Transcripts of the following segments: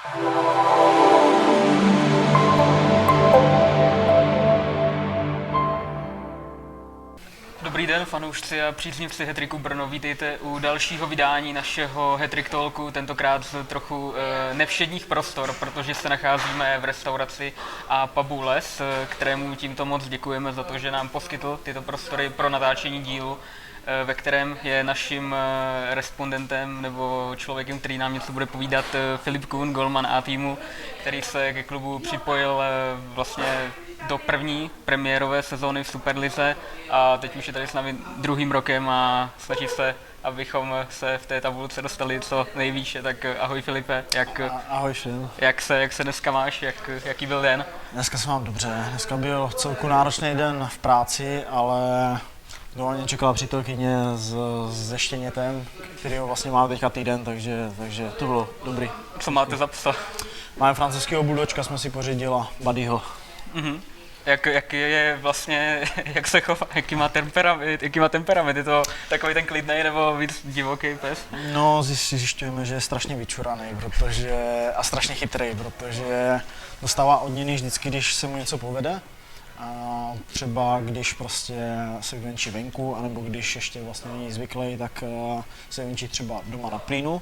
Dobrý den, fanoušci a příznivci Hattricku Brno, vítejte u dalšího vydání našeho Hattrick Talku, tentokrát z trochu nevšedních prostor, protože se nacházíme v restauraci a pubu Les, kterému tímto moc děkujeme za to, že nám poskytl tyto prostory pro natáčení dílu, ve kterém je naším respondentem nebo člověkem, který nám něco bude povídat, Filip Kuhn, golman A týmu, který se ke klubu připojil vlastně do první premiérové sezóny v Superlize a teď už je tady s námi druhým rokem a snaží se, abychom se v té tabulce dostali co nejvýše. Tak ahoj Filipe, Ahoj všem. Jak se dneska máš, jaký byl den? Dneska se mám dobře, dneska byl celku náročný den v práci, ale doma mě čekala přítelkyně se štěnětem, kterýho vlastně máme teďka týden, takže to bylo dobrý. Co máte za psa? Máme francouzského buldočka, jsme si pořídili a Buddyho. Mhm. Jak je vlastně, jak se chová, jaký má temperament, je to takový ten klidnej nebo víc divoký pes? No, zjišťujeme, že je strašně vyčuraný, a strašně chytrý, protože dostává odměny vždycky, když se mu něco povede. A třeba když prostě se venčí venku, anebo když ještě vlastně není zvyklý, tak se venčí třeba doma na plynu.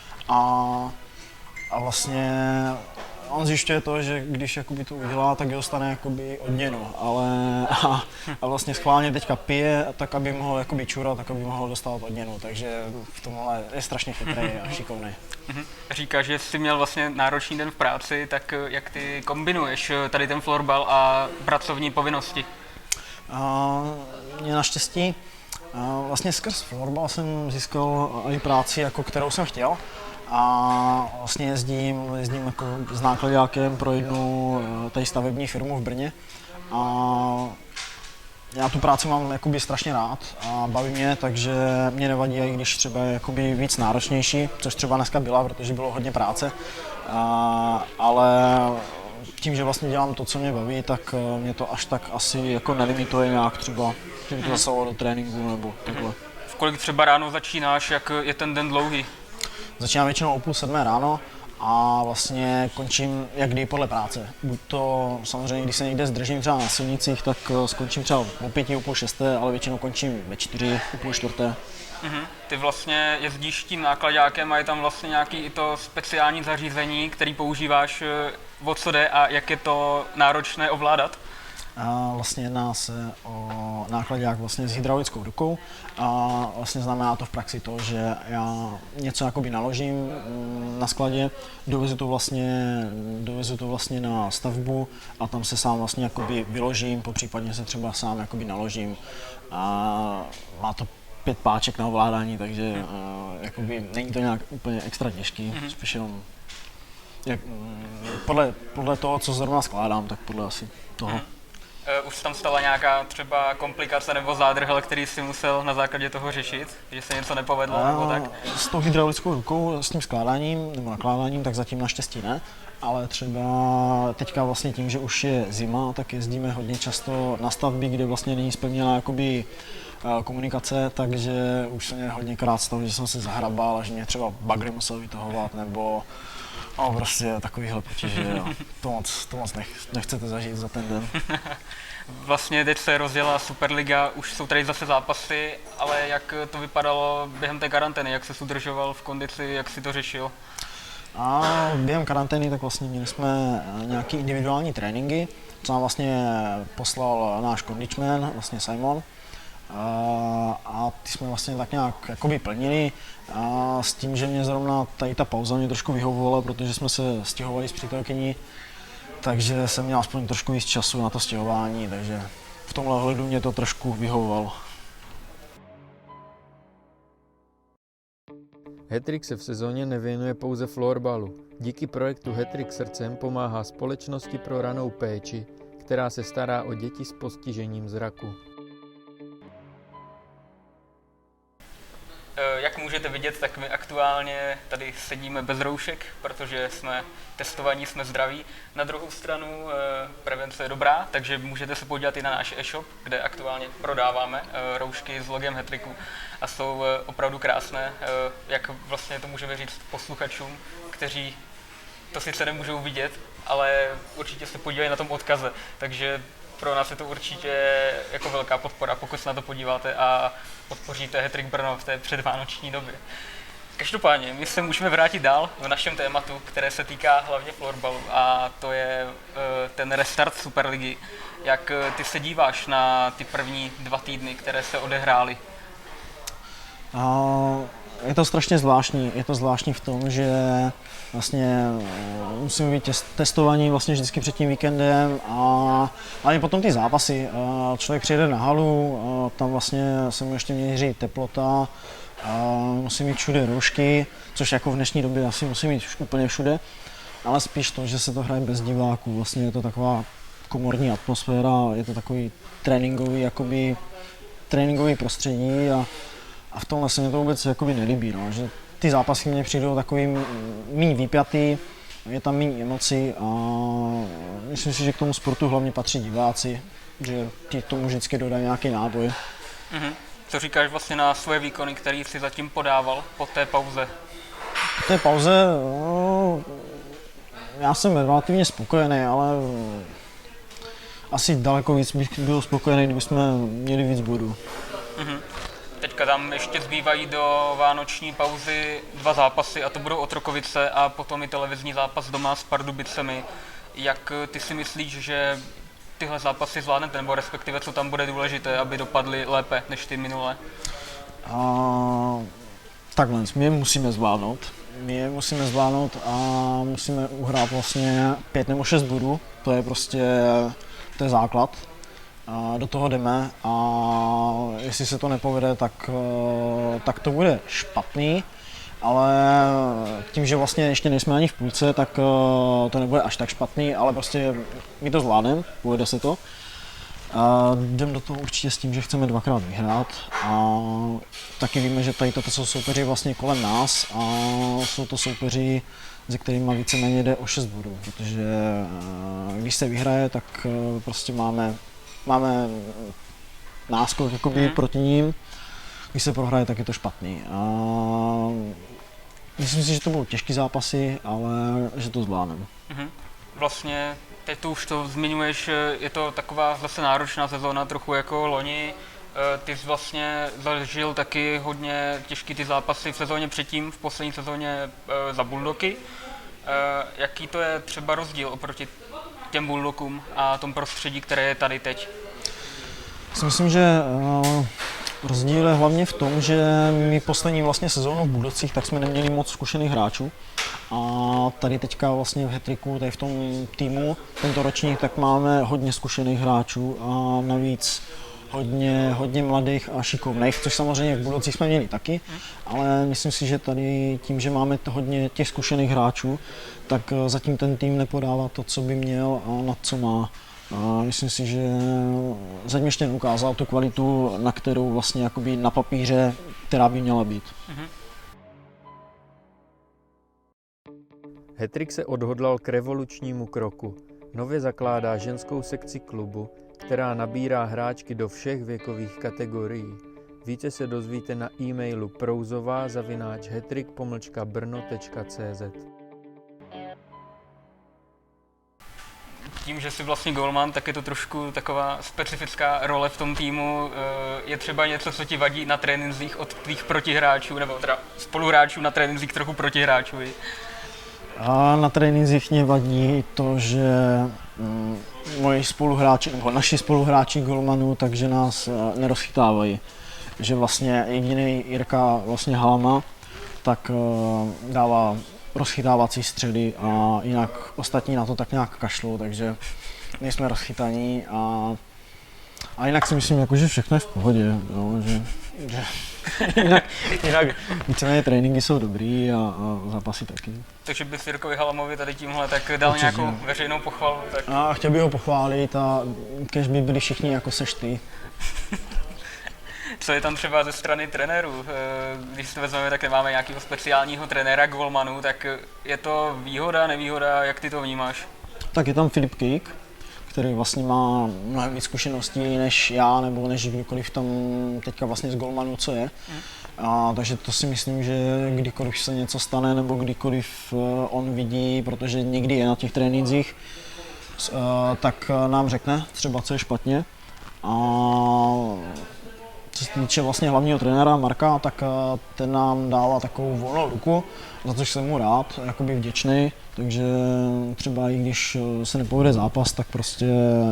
A vlastně on zjišťuje to, že když jakoby to udělá, tak dostane jakoby odměnu, a vlastně schválně teďka pije, tak aby mohl jakoby čurat, tak aby mohl dostat odměnu, takže v tomhle je strašně chytrý a šikovný. Říkáš, že jsi měl vlastně náročný den v práci, tak jak ty kombinuješ tady ten florbal a pracovní povinnosti? Mě naštěstí vlastně skrz florbal jsem získal i práci, jako kterou jsem chtěl. A vlastně jezdím jako s nákladákem pro jednu tady stavební firmu v Brně. A já tu práci mám jakoby strašně rád a baví mě, takže mě nevadí, i když třeba je jakoby víc náročnější, což třeba dneska byla, protože bylo hodně práce. Ale tím, že vlastně dělám to, co mě baví, tak mě to až tak asi jako nelimituje nějak třeba, že by to zasahovalo do tréninku nebo takhle. V kolik třeba ráno začínáš, jak je ten den dlouhý? Začínám většinou o 6:30 ráno a vlastně končím jak kdy podle práce. Buď to samozřejmě, když se někde zdržím třeba na silnicích, tak skončím třeba o 5, o 5:30, ale většinou končím ve 4, o 3:30. Ty vlastně jezdíš tím nákladákem a je tam vlastně nějaký i to speciální zařízení, který používáš, o co jde a jak je to náročné ovládat? Vlastně jedná se o nákladák vlastně s hydraulickou rukou a vlastně znamená to v praxi to, že já něco jakoby naložím na skladě, dovezu to vlastně na stavbu a tam se sám vlastně jakoby vyložím, popřípadně se třeba sám jakoby naložím. A má to 5 páček na ovládání, takže jakoby není to nějak úplně extra těžký, spíš jenom podle toho, co zrovna skládám, tak podle asi toho. Už tam stala nějaká třeba komplikace nebo zádrhel, který si musel na základě toho řešit, že se něco nepovedlo nebo tak? S tou hydraulickou rukou, s tím skládáním nebo nakládáním, tak zatím naštěstí ne, ale třeba teďka vlastně tím, že už je zima, tak jezdíme hodně často na stavby, kde vlastně není zpevněná jakoby komunikace, takže už se mě hodněkrát stalo, že jsem se zahrabal a že mě třeba bagry musel vytahovat nebo prostě takovýhle potíže, to moc nechcete zažít za ten den. Vlastně teď se rozjela Superliga, už jsou tady zase zápasy, ale jak to vypadalo během té karantény, jak se udržoval v kondici, jak si to řešil? A během karantény tak vlastně měli jsme nějaké individuální tréninky, co nám vlastně poslal náš kondičmen, vlastně Simon. A ty jsme vlastně tak nějak jakoby plnili a s tím, že mě zrovna tady ta pauza mě trošku vyhovovala, protože jsme se stěhovali s přítelkyní, takže jsem měl aspoň trošku víc času na to stěhování, takže v tomhle ohledu mě to trošku vyhovovalo. Hattrick se v sezóně nevěnuje pouze florbalu. Díky projektu Hattrick srdcem pomáhá Společnosti pro ranou péči, která se stará o děti s postižením zraku. Jak můžete vidět, tak my aktuálně tady sedíme bez roušek, protože jsme testovaní, jsme zdraví. Na druhou stranu prevence je dobrá, takže můžete se podívat i na náš e-shop, kde aktuálně prodáváme roušky s logem Hattricku a jsou opravdu krásné. Jak vlastně to můžeme říct posluchačům, kteří to sice nemůžou vidět, ale určitě se podívají na tom odkaze, takže pro nás je to určitě jako velká podpora, pokud se na to podíváte a podpoříte Hat-Trick Brno v té předvánoční době. Každopádně, my se můžeme vrátit dál v našem tématu, které se týká hlavně florbalu, a to je ten restart Superligy. Jak ty se díváš na ty první 2 týdny, které se odehrály? Je to strašně zvláštní. Je to zvláštní v tom, že vlastně musíme být testovaní vlastně vždycky před tím víkendem a i potom ty zápasy. Člověk přijede na halu, tam vlastně se mu ještě měří teplota, musí mít všude roušky, což jako v dnešní době asi musí mít úplně všude, ale spíš to, že se to hraje bez diváků. Vlastně je to taková komorní atmosféra, je to takový tréninkový prostředí a v tomhle se mě to vůbec jakoby nelíbí, no, že ty zápasy mně přijdou takový méně vypjatý, je tam méně emocí a myslím si, že k tomu sportu hlavně patří diváci, že ti tomu vždycky dodají nějaký náboj. Co říkáš vlastně na svoje výkony, které jsi zatím podával po té pauze? Po té pauze, no, já jsem relativně spokojený, ale asi daleko víc bych byl spokojený, kdybychom měli víc bodů. Teďka tam ještě zbývají do vánoční pauzy 2 zápasy, a to budou Otrokovice a potom i televizní zápas doma s Pardubicemi. Jak ty si myslíš, že tyhle zápasy zvládnete, nebo respektive co tam bude důležité, aby dopadly lépe než ty minulé? Takhle, my je musíme zvládnout a musíme uhrát vlastně 5 nebo 6 bodů, to je základ. Do toho jdeme a jestli se to nepovede, tak to bude špatný, ale tím, že vlastně ještě nejsme ani v půlce, tak to nebude až tak špatný, ale prostě my to zvládneme, povede se to. Jdeme do toho určitě s tím, že chceme 2krát vyhrát a taky víme, že tady toto jsou soupeři vlastně kolem nás a jsou to soupeři, se kterými víceméně jde o 6 bodů, protože když se vyhraje, tak prostě máme náskok jakoby proti ním, když se prohraje, tak je to špatný. Myslím si, že to budou těžké zápasy, ale že to zvládneme. Vlastně teď tu už to zmiňuješ, je to taková zase náročná sezóna, trochu jako loni. Ty jsi vlastně zažil taky hodně těžký ty zápasy v sezóně předtím, v poslední sezóně za Bulldogy. Jaký to je třeba rozdíl oproti těm Bulldogům a tom prostředí, které je tady teď? Myslím, že rozdíl je hlavně v tom, že my poslední vlastně sezónu v Buldocích tak jsme neměli moc zkušených hráčů a tady teďka vlastně v Hat-Tricku, tady v tom týmu, tento ročník, tak máme hodně zkušených hráčů a navíc hodně mladých a šikovných, což samozřejmě v Buldocích jsme měli taky, ale myslím si, že tady tím, že máme hodně těch zkušených hráčů, tak zatím ten tým nepodává to, co by měl a na co má. A myslím si, že zatím ještě neukázal tu kvalitu, na kterou vlastně jakoby na papíře, která by měla být. Hat-Trick se odhodlal k revolučnímu kroku. Nově zakládá ženskou sekci klubu, která nabírá hráčky do všech věkových kategorií. Více se dozvíte na e-mailu prouzová@hattrick-brno.cz. Tím, že jsi vlastně golman, tak je to trošku taková specifická role v tom týmu. Je třeba něco, co ti vadí na trénincích od tvých protihráčů, nebo teda spoluhráčů na trénincích trochu protihráčů? A na trénincích mě vadí to, že moji spoluhráči, nebo naši spoluhráči golmanů, takže nás nerozchytávají. Že vlastně jediný Jirka vlastně Halama, tak dává rozchytávací střely a jinak ostatní na to tak nějak kašlou, takže nejsme rozchytaní a jinak si myslím, jako, že všechno je v pohodě, no, že jinak víceméně tréninky jsou dobrý a zápasy taky. Takže bys Jirkovi Halamovi tady tímhle tak dal určitě nějakou veřejnou pochvalu? Tak... A chtěl bych ho pochválit a kež by byli všichni jako seš ty. Co je tam třeba ze strany trenérů? Když si to vezmeme, tak nemáme nějakého speciálního trenéra golmanů, tak je to výhoda, nevýhoda, jak ty to vnímáš? Tak je tam Filip Kejk, který vlastně má mnohem víc zkušeností než já, nebo než kdokoliv tam teďka vlastně z golmanů, co je. Takže to si myslím, že kdykoliv se něco stane nebo kdykoliv on vidí, protože někdy je na těch trénincích, tak nám řekne třeba, co je špatně. A co se týče vlastně hlavního trenéra Marka, tak ten nám dává takovou volnou ruku, za což jsem mu rád, jakoby vděčný. Takže třeba i když se nepovede zápas, tak prostě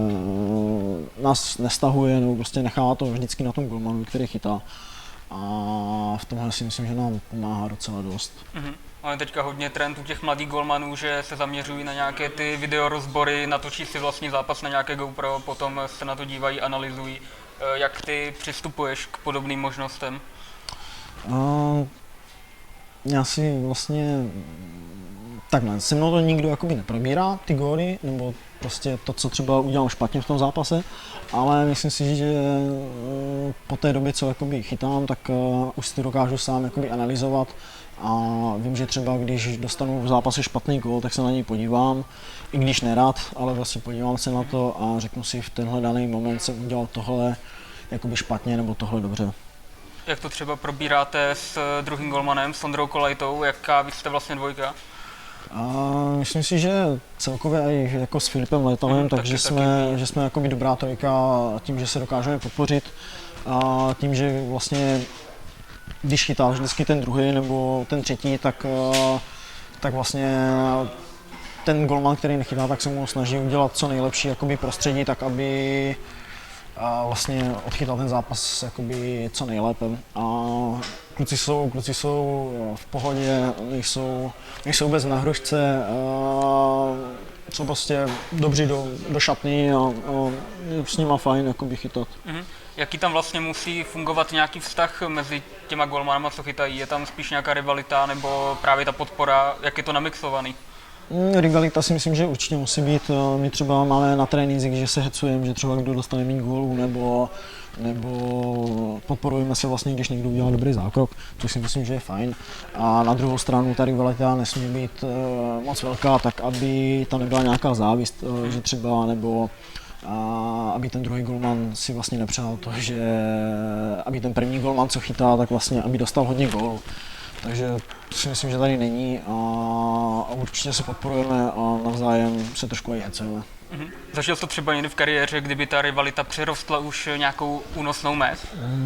nás nestahuje nebo prostě nechává to vždycky na tom golmanu, který chytá. A v tomhle si myslím, že nám pomáhá docela dost. Máme teďka hodně trend u těch mladých golmanů, že se zaměřují na nějaké ty videorozbory, natočí si vlastní zápas na nějaké GoPro, potom se na to dívají, analyzují. Jak ty přistupuješ k podobným možnostem? Já si vlastně takhle, se mnou to nikdo jakoby neprobírá, ty góly, nebo prostě to, co třeba udělám špatně v tom zápase, ale myslím si, že po té době, co jakoby chytám, tak už si to dokážu sám jakoby analyzovat a vím, že třeba když dostanu v zápase špatný gól, tak se na něj podívám, i když nerad, ale vlastně podívám se na to a řeknu si, v tenhle daný moment jsem udělal tohle jakoby špatně nebo tohle dobře. Jak to třeba probíráte s druhým golmanem, s Ondrou Kolajtou, jaká vy jste vlastně dvojka? Myslím si, že celkově i jako s Filipem Letalem, takže jsme jakoby dobrá trojka tím, že se dokážeme podpořit a tím, že vlastně když chytáš vždycky ten druhý nebo ten třetí, tak vlastně ten golman, který nechytá, tak se mu snaží udělat co nejlepší jakoby prostředí, tak aby vlastně odchytal ten zápas jakoby co nejlépe. A kluci jsou v pohodě, nejsou vůbec na hrušce, jsou prostě dobří do šatny a s nima fajn jakoby chytat. Jaký tam vlastně musí fungovat nějaký vztah mezi těma golmanama, co chytají? Je tam spíš nějaká rivalita nebo právě ta podpora? Jak je to namixovaný? Rivalita si myslím, že určitě musí být. My třeba máme na trénincích, že se hecujeme, že třeba kdo dostane méně gólů, nebo podporujeme se vlastně, když někdo udělá dobrý zákrok, což si myslím, že je fajn. A na druhou stranu ta rivalita nesmí být moc velká, tak aby tam nebyla nějaká závist, že třeba nebo aby ten druhý golman si vlastně nepřál to, že aby ten první golman, co chytá, tak vlastně aby dostal hodně gólů. Takže to si myslím, že tady není a určitě se podporujeme a navzájem se trošku i hecujeme. Zažil jsi to třeba někdy v kariéře, kdyby ta rivalita přerostla už nějakou únosnou mez?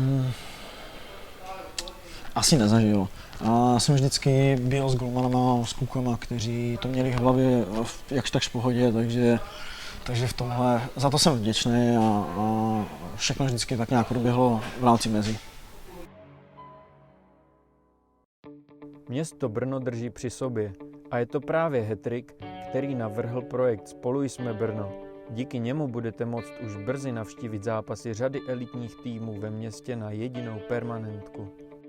Asi nezažil. Já jsem vždycky byl s golmanama, s klukama, kteří to měli v hlavě jakž takž v pohodě, takže v tomhle, za to jsem vděčný a všechno vždycky tak nějak proběhlo v rámci mezí. Město Brno drží při sobě a je to právě hat-trick, který navrhl projekt Spolu jsme Brno. Díky němu budete moct už brzy navštívit zápasy řady elitních týmů ve městě na jedinou permanentku.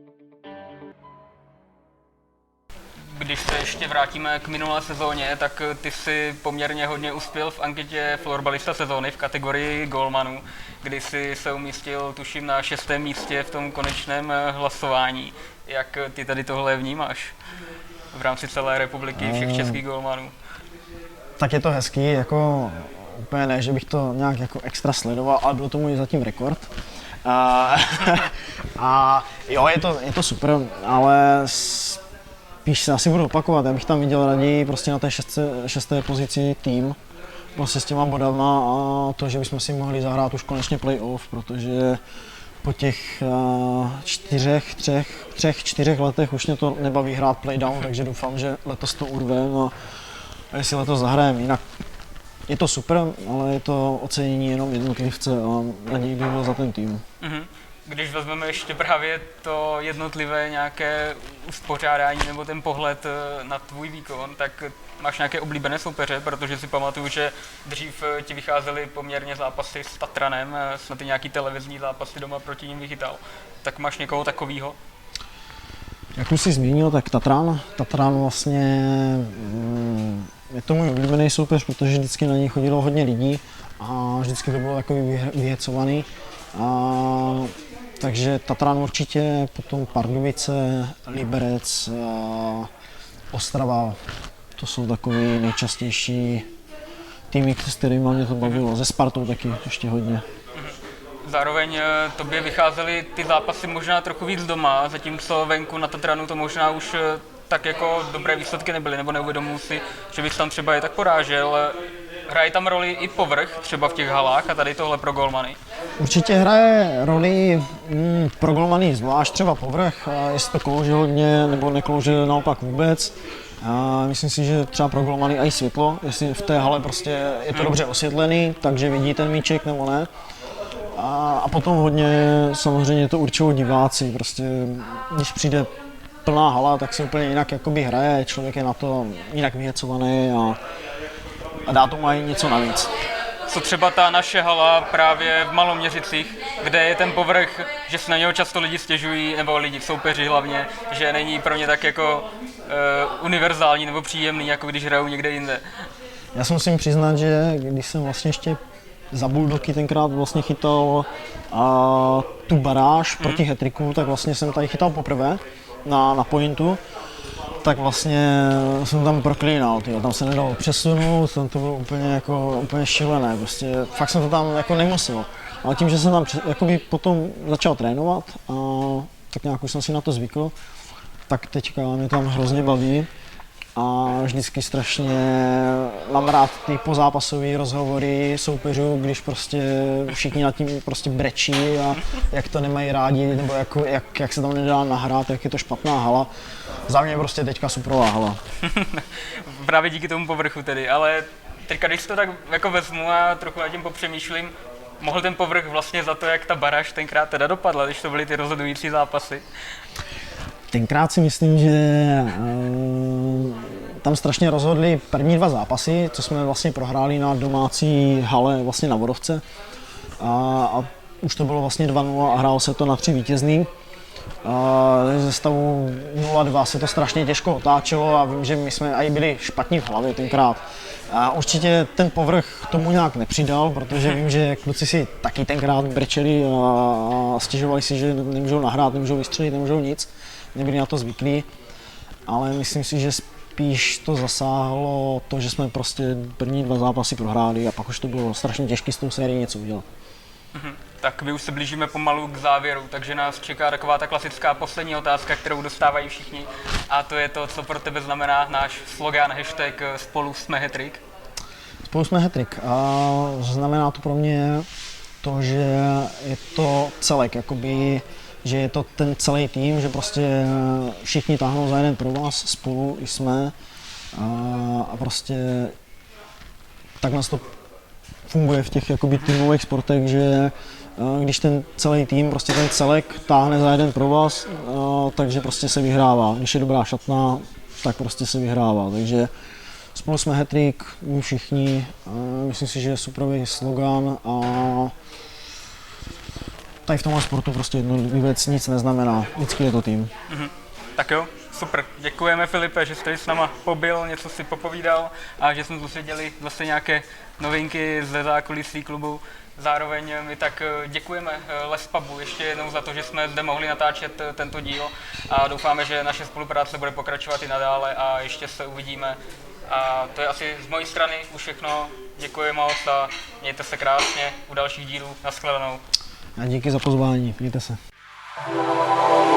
Když se ještě vrátíme k minulé sezóně, tak ty si poměrně hodně uspěl v anketě florbalista sezóny v kategorii golmanů, kdy si se umístil, tuším, na 6. místě v tom konečném hlasování. Jak ty tady tohle vnímáš v rámci celé republiky všech českých golmanů? Tak je to hezký, jako úplně ne, že bych to nějak jako extra sledoval, ale byl to můj zatím rekord. A jo, je to super, ale spíš se asi budu opakovat, já bych tam viděl raději prostě na té šesté pozici tým, prostě s těma bodama a to, že bychom si mohli zahrát už konečně playoff, protože po těch 4 letech už mě to nebaví hrát playdown, takže doufám, že letos to urvem a jestli letos zahrajeme. Jinak je to super, ale je to ocenění jenom jednotlivce a raději by bylo za ten tým. Když vezmeme ještě právě to jednotlivé nějaké uspořádání nebo ten pohled na tvůj výkon, tak máš nějaké oblíbené soupeře, protože si pamatuju, že dřív ti vycházely poměrně zápasy s Tatranem, snad i nějaký televizní zápasy doma proti ním vychytal. Tak máš někoho takového? Jak už jsi zmínil, tak Tatran vlastně je to můj oblíbený soupeř, protože vždycky na něj chodilo hodně lidí a vždycky to bylo takový vyhecovaný. Takže Tatran určitě, potom Pardubice, Liberec, Ostrava, to jsou takový nejčastější týmy, s kterými mě to bavilo. Ze Spartou taky ještě hodně. Zároveň tobě vycházely ty zápasy možná trochu víc doma, zatímco venku na Tatranu to možná už tak jako dobré výsledky nebyly, nebo neuvědomuji si, že bys tam třeba je tak porážel. Hraje tam roli i povrch, třeba v těch halách a tady tohle pro golmany? Určitě hraje roli pro golmany, zvlášť třeba povrch, jestli to klouže hodně nebo neklouže naopak vůbec. A myslím si, že třeba pro golmany i světlo, jestli v té hale prostě je to dobře osvětlený, takže vidí ten míček nebo ne. A potom hodně samozřejmě to určují diváci, prostě když přijde plná hala, tak se úplně jinak jakoby hraje, člověk je na to jinak vyhecovaný a dá tomu i něco navíc. Co třeba ta naše hala právě v Maloměřicích, kde je ten povrch, že se na něho často lidi stěžují, nebo lidi soupeři hlavně, že není pro ně tak jako univerzální nebo příjemný, jako když hrajou někde jinde. Já si musím přiznat, že když jsem vlastně ještě za Bulldogy tenkrát vlastně chytal tu baráž proti hat-tricku, tak vlastně jsem tady chytal poprvé na pointu. Tak vlastně jsem tam proklínal, tam se nedalo přesunout, tam to bylo úplně šílené, prostě fakt jsem to tam jako nemusel. Ale tím, že jsem tam jakoby potom začal trénovat a tak nějak už jsem si na to zvykl, tak teďka mě tam hrozně baví a vždycky strašně mám rád ty pozápasové rozhovory soupeřů, když prostě všichni nad tím prostě brečí a jak to nemají rádi, nebo jak se tam nedá nahrát, jak je to špatná hala. Za mě prostě teďka superová hala. Právě díky tomu povrchu tedy, ale teďka když to tak jako vezmu a trochu nad tím popřemýšlím, mohl ten povrch vlastně za to, jak ta baráž tenkrát teda dopadla, když to byly ty rozhodující zápasy? Tenkrát si myslím, že tam strašně rozhodli první 2 zápasy, co jsme vlastně prohráli na domácí hale vlastně na Vodovce. A už to bylo vlastně 2-0 a hrálo se to na 3 vítězný. Ze stavu 0-2 se to strašně těžko otáčelo a vím, že my jsme i byli špatní v hlavě tenkrát. A určitě ten povrch tomu nějak nepřidal, protože vím, že kluci si taky tenkrát brečeli a stěžovali si, že nemůžou nahrát, nemůžou vystřelit, nemůžou nic. Nebyli na to zvyklí, ale myslím si, že spíš to zasáhlo to, že jsme prostě první 2 zápasy prohráli a pak už to bylo strašně těžké s tou sérií něco udělat. Tak my už se blížíme pomalu k závěru, takže nás čeká taková ta klasická poslední otázka, kterou dostávají všichni, a to je to, co pro tebe znamená náš slogan, hashtag Spolu jsme hat-trick. Spolu jsme hat-trick a znamená to pro mě to, že je to celek, jakoby, že je to ten celý tým, že prostě všichni táhnou za jeden pro vás, spolu jsme a prostě tak nás to funguje v těch jakoby týmových sportech, že když ten celý tým, prostě ten celek táhne za jeden pro vás, takže prostě se vyhrává. Když je dobrá šatna, tak prostě se vyhrává. Takže spolu jsme hat-trick, my všichni, myslím si, že je superový slogan a tady v tomhle sportu prostě jednotlivec nic neznamená, vždycky je to tým. Tak jo, super. Děkujeme, Filipe, že jste s náma pobyl, něco si popovídal a že jsme dozvěděli zase nějaké novinky ze zákulisí klubu. Zároveň my tak děkujeme Les Pubu ještě jednou za to, že jsme zde mohli natáčet tento díl a doufáme, že naše spolupráce bude pokračovat i nadále a ještě se uvidíme. A to je asi z mojí strany už všechno. Děkuji moc a mějte se krásně u dalších dílů. Naschledanou. A díky za pozvání, mějte se.